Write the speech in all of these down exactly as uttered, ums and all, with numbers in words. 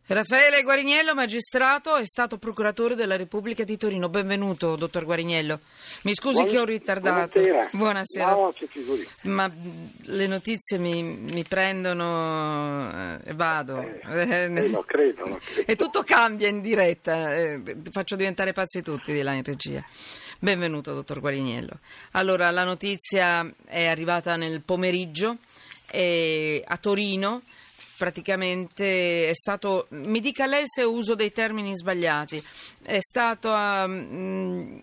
Raffaele Guariniello, magistrato, è stato procuratore della Repubblica di Torino. Benvenuto, dottor Guariniello. Mi scusi Buon, che ho ritardato. Buonasera. Buonasera. No, ci figuri. Ma le notizie mi, mi prendono eh, e vado. Eh, eh, lo credo, lo credo. E tutto cambia in diretta. Eh, faccio diventare pazzi tutti di là in regia. Benvenuto, dottor Guariniello. Allora, la notizia è arrivata nel pomeriggio eh, a Torino. Praticamente è stato, mi dica lei se uso dei termini sbagliati, è stata um,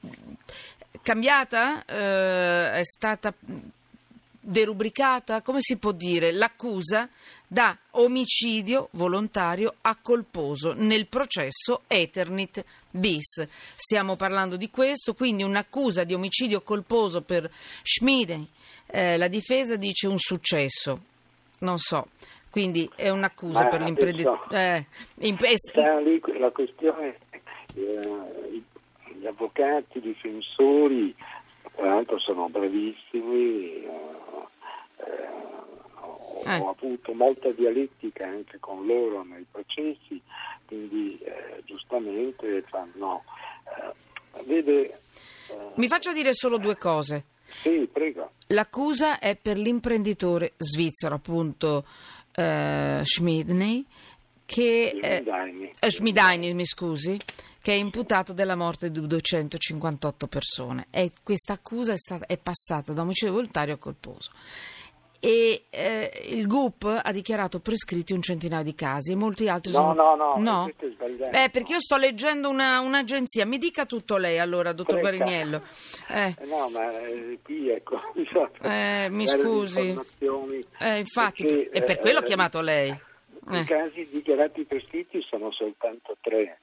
cambiata, uh, è stata derubricata, come si può dire, l'accusa da omicidio volontario a colposo nel processo Eternit bis. Stiamo parlando di questo, quindi un'accusa di omicidio colposo per Schmidheiny. Eh, la difesa dice un successo, non so. Quindi è un'accusa Ma per l'imprenditore. Eh, imp- sta lì la questione, eh, gli avvocati, i difensori, tra l'altro sono bravissimi, eh, eh, ho, eh. ho avuto molta dialettica anche con loro nei processi, quindi eh, giustamente fanno. Eh, vede, eh, Mi faccia dire solo due cose. Sì, prego. L'accusa è per l'imprenditore svizzero, appunto. Uh, Schmidheiny che Schmidheiny. Eh, Schmidheiny, mi scusi, che è imputato della morte di duecentocinquantotto persone, e questa accusa è, stata, è passata da omicidio volontario a colposo e eh, il G U P ha dichiarato prescritti un centinaio di casi e molti altri no, sono no no no questo è sbagliato. Eh, perché io sto leggendo una, un'agenzia, mi dica tutto lei allora, dottor Prega. Guariniello. Eh. No, ma eh, qui ecco, bisogna Eh, mi dare scusi. informazioni. Eh, infatti, perché, è per quello ho eh, chiamato lei. I Eh. casi dichiarati prescritti sono soltanto tre,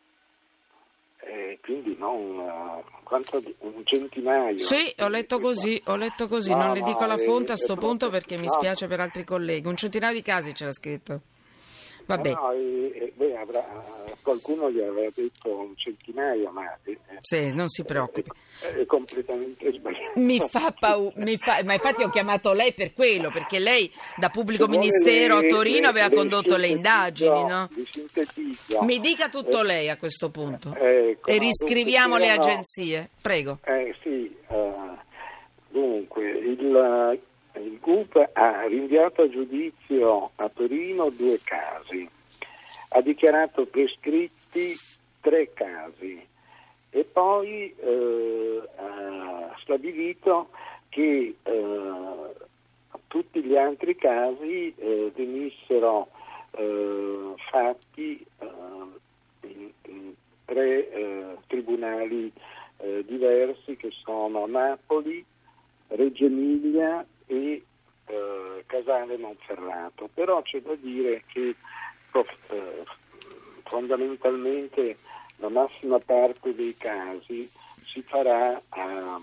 eh, quindi non uh, quanto, un centinaio. Sì, ho letto così, ho letto così, no, non le no, dico la è, fonte a è sto proprio, punto perché mi no. spiace per altri colleghi. Un centinaio di casi c'era scritto. Vabbè. No, e, e, beh, avrà, qualcuno gli avrà detto un centinaio, ma eh, Sì, non si preoccupi. È, è completamente sbagliato. Mi fa paura, mi fa... ma infatti ho chiamato lei per quello, perché lei da pubblico Se vuole ministero le, a Torino le, aveva le condotto le indagini, no? Li sintetizzo. Mi dica tutto eh, lei a questo punto ecco, e no, riscriviamo dunque, le c'erano, agenzie. Prego. Eh sì, uh, dunque il, il G U P ha rinviato a giudizio a Torino due casi, ha dichiarato prescritti tre casi e poi eh, ha stabilito che eh, tutti gli altri casi eh, venissero eh, fatti eh, in, in tre eh, tribunali eh, diversi che sono Napoli, Reggio Emilia e eh, Casale Monferrato. Però c'è da dire che eh, fondamentalmente la massima parte dei casi si farà a,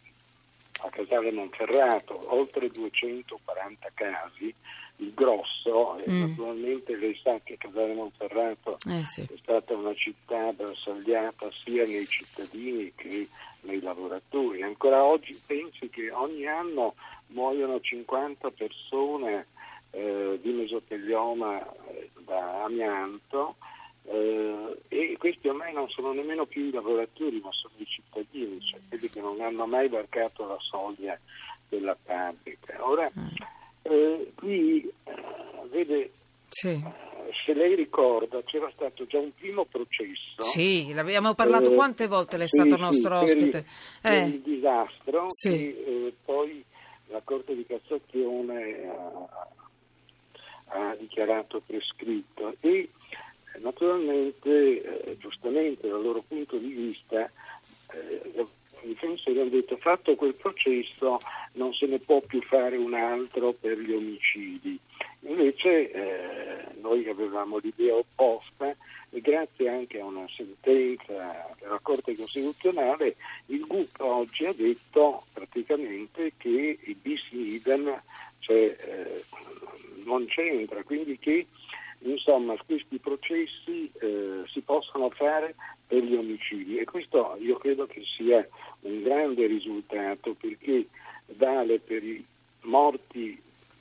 a Casale Monferrato, oltre duecentoquaranta casi, il grosso, e mm. naturalmente lei sa che Casale Monferrato eh, sì. è stata una città bersagliata sia nei cittadini che nei lavoratori. Ancora oggi pensi che ogni anno muoiono cinquanta persone eh, di mesotelioma eh, da amianto, eh, e questi ormai non sono nemmeno più i lavoratori, ma sono i cittadini, cioè quelli che non hanno mai varcato la soglia della fabbrica. Ora, eh, qui eh, vede, Sì. eh, se lei ricorda, c'era stato già un primo processo. Sì, l'abbiamo parlato, eh, quante volte lei è sì, stato sì, nostro per ospite? Il, per Eh. il disastro Sì. che eh, poi la Corte di Cassazione ha, ha dichiarato prescritto e naturalmente, eh, giustamente dal loro punto di vista, eh, i difensori hanno detto fatto quel processo non se ne può più fare un altro per gli omicidi. Invece eh, noi avevamo l'idea opposta e grazie anche a una sentenza della Corte Costituzionale il G U P oggi ha detto praticamente che il bis idem, cioè, eh, non c'entra, quindi che insomma questi processi eh, si possono fare per gli omicidi, e questo io credo che sia un grande risultato, perché vale per i morti di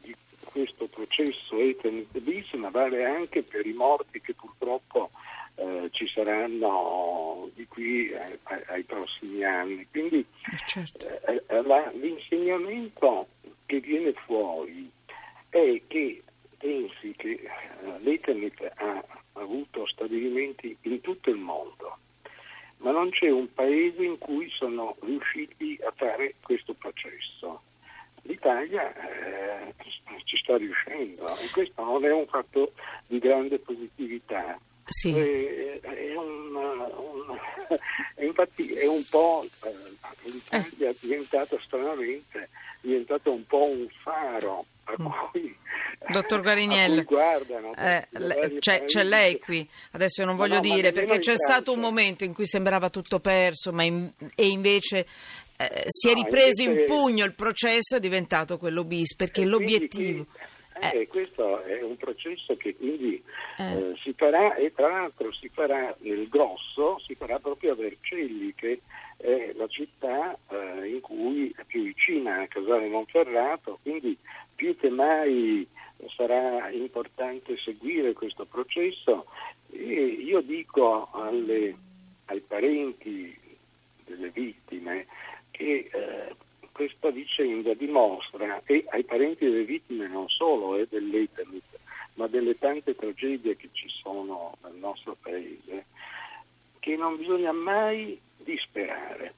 questo processo Eternit bis, ma vale anche per i morti che purtroppo eh, ci saranno di qui ai, ai prossimi anni. Quindi certo. eh, la, l'insegnamento che viene fuori è che pensi che eh, l'Eternit ha avuto stabilimenti in tutto il mondo, ma non c'è un paese in cui sono riusciti a fare questo processo. L'Italia eh, ci sta riuscendo e questo non è un fatto di grande positività. Sì. È, è un, un, infatti è un po' eh, l'Italia è diventata stranamente è diventato un po' un faro a cui Dottor Guariniello, guardano, eh, c'è, c'è lei qui, adesso io non voglio no, no, dire perché c'è stato un momento in cui sembrava tutto perso, ma in, e invece eh, si è no, ripreso invece... in pugno il processo, è diventato quello bis, perché l'obiettivo... Quindi, eh, eh. Questo è un processo che quindi eh. Eh, si farà, e tra l'altro si farà nel grosso, si farà proprio a Vercelli, che è la città eh, in cui è più vicina a Casale Monferrato, quindi più che mai sarà importante seguire questo processo. E io dico alle, ai parenti delle vittime che eh, questa vicenda dimostra, e ai parenti delle vittime non solo eh, dell'Eternit, ma delle tante tragedie che ci sono nel nostro paese, che non bisogna mai disperare.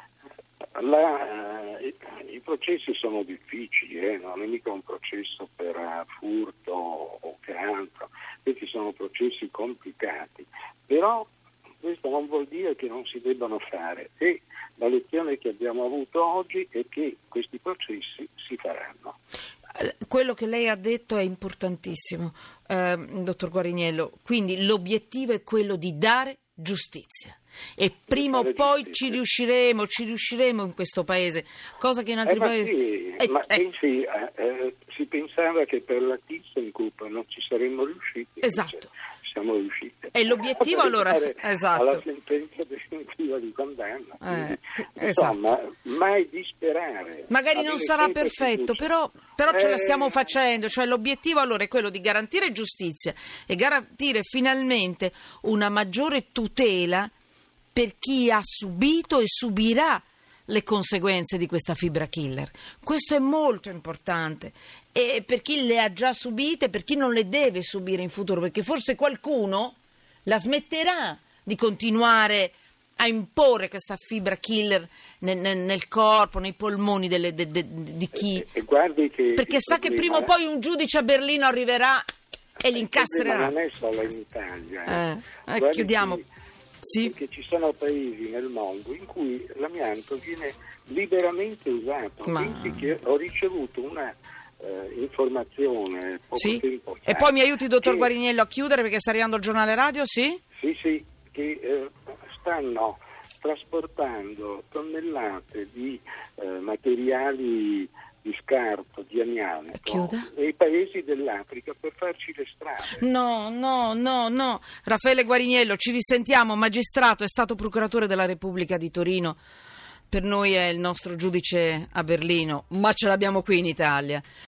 La, eh, I processi sono difficili, eh, non è mica un processo per uh, furto o che altro, questi sono processi complicati, però questo non vuol dire che non si debbano fare, e la lezione che abbiamo avuto oggi è che questi processi si faranno. Quello che lei ha detto è importantissimo, eh, dottor Guariniello, quindi l'obiettivo è quello di dare giustizia e prima o poi giustizia. ci riusciremo ci riusciremo in questo paese, cosa che in altri eh, ma paesi sì, eh, ma eh. Pensi, eh, eh, si pensava che per la ThyssenKrupp non ci saremmo riusciti, esatto, siamo riusciti e l'obiettivo allora esatto alla sentenza definitiva di condanna. eh, Quindi, esatto. Insomma, mai disperare, magari non sarà perfetto, però, però eh, ce la stiamo facendo, cioè l'obiettivo allora è quello di garantire giustizia e garantire finalmente una maggiore tutela per chi ha subito e subirà le conseguenze di questa fibra killer. Questo è molto importante, e per chi le ha già subite, per chi non le deve subire in futuro, perché forse qualcuno la smetterà di continuare a imporre questa fibra killer nel, nel, nel corpo, nei polmoni delle, de, de, di chi, e, e guardi che perché sa che prima o poi un giudice a Berlino arriverà e li incastrerà. Non è solo in Italia. Eh, eh, chiudiamo. Che, sì. che ci sono paesi nel mondo in cui l'amianto viene liberamente usato. Ma... Quindi che ho ricevuto una eh, informazione poco sì. tempo fa. E poi mi aiuti, dottor che... Guariniello, a chiudere perché sta arrivando il giornale radio, sì? Sì, sì, che eh, stanno trasportando tonnellate di eh, materiali di scarto, di amianto nei paesi dell'Africa per farci le strade. No, no, no, no. Raffaele Guariniello, ci risentiamo, magistrato, è stato procuratore della Repubblica di Torino. Per noi è il nostro giudice a Berlino, ma ce l'abbiamo qui in Italia.